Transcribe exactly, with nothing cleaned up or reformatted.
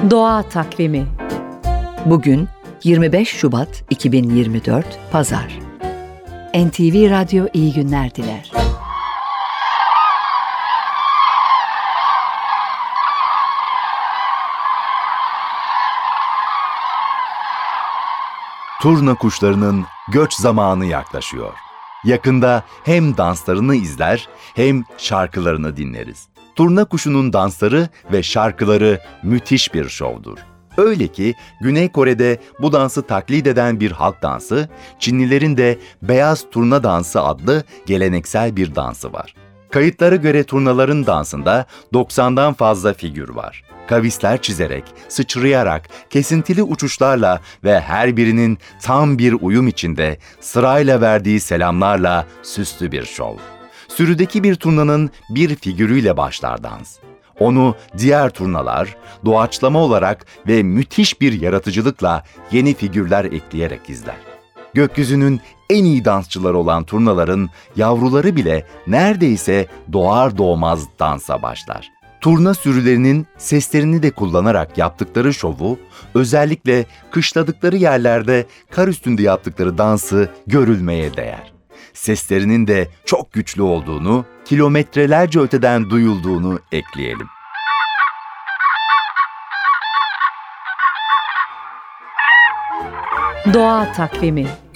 Doğa Takvimi. Bugün yirmi beş Şubat iki bin yirmi dört Pazar. N T V Radyo iyi günler diler. Turna kuşlarının göç zamanı yaklaşıyor. Yakında hem danslarını izler hem şarkılarını dinleriz. Turna kuşunun dansları ve şarkıları müthiş bir şovdur. Öyle ki Güney Kore'de bu dansı taklit eden bir halk dansı, Çinlilerin de beyaz turna dansı adlı geleneksel bir dansı var. Kayıtlara göre turnaların dansında doksandan fazla figür var. Kavisler çizerek, sıçrayarak, kesintili uçuşlarla ve her birinin tam bir uyum içinde sırayla verdiği selamlarla süslü bir şov. Sürüdeki bir turnanın bir figürüyle başlar dans. Onu diğer turnalar doğaçlama olarak ve müthiş bir yaratıcılıkla yeni figürler ekleyerek izler. Gökyüzünün en iyi dansçıları olan turnaların yavruları bile neredeyse doğar doğmaz dansa başlar. Turna sürülerinin seslerini de kullanarak yaptıkları şovu, özellikle kışladıkları yerlerde kar üstünde yaptıkları dansı görülmeye değer. Seslerinin de çok güçlü olduğunu, kilometrelerce öteden duyulduğunu ekleyelim. Doğa Takvimi.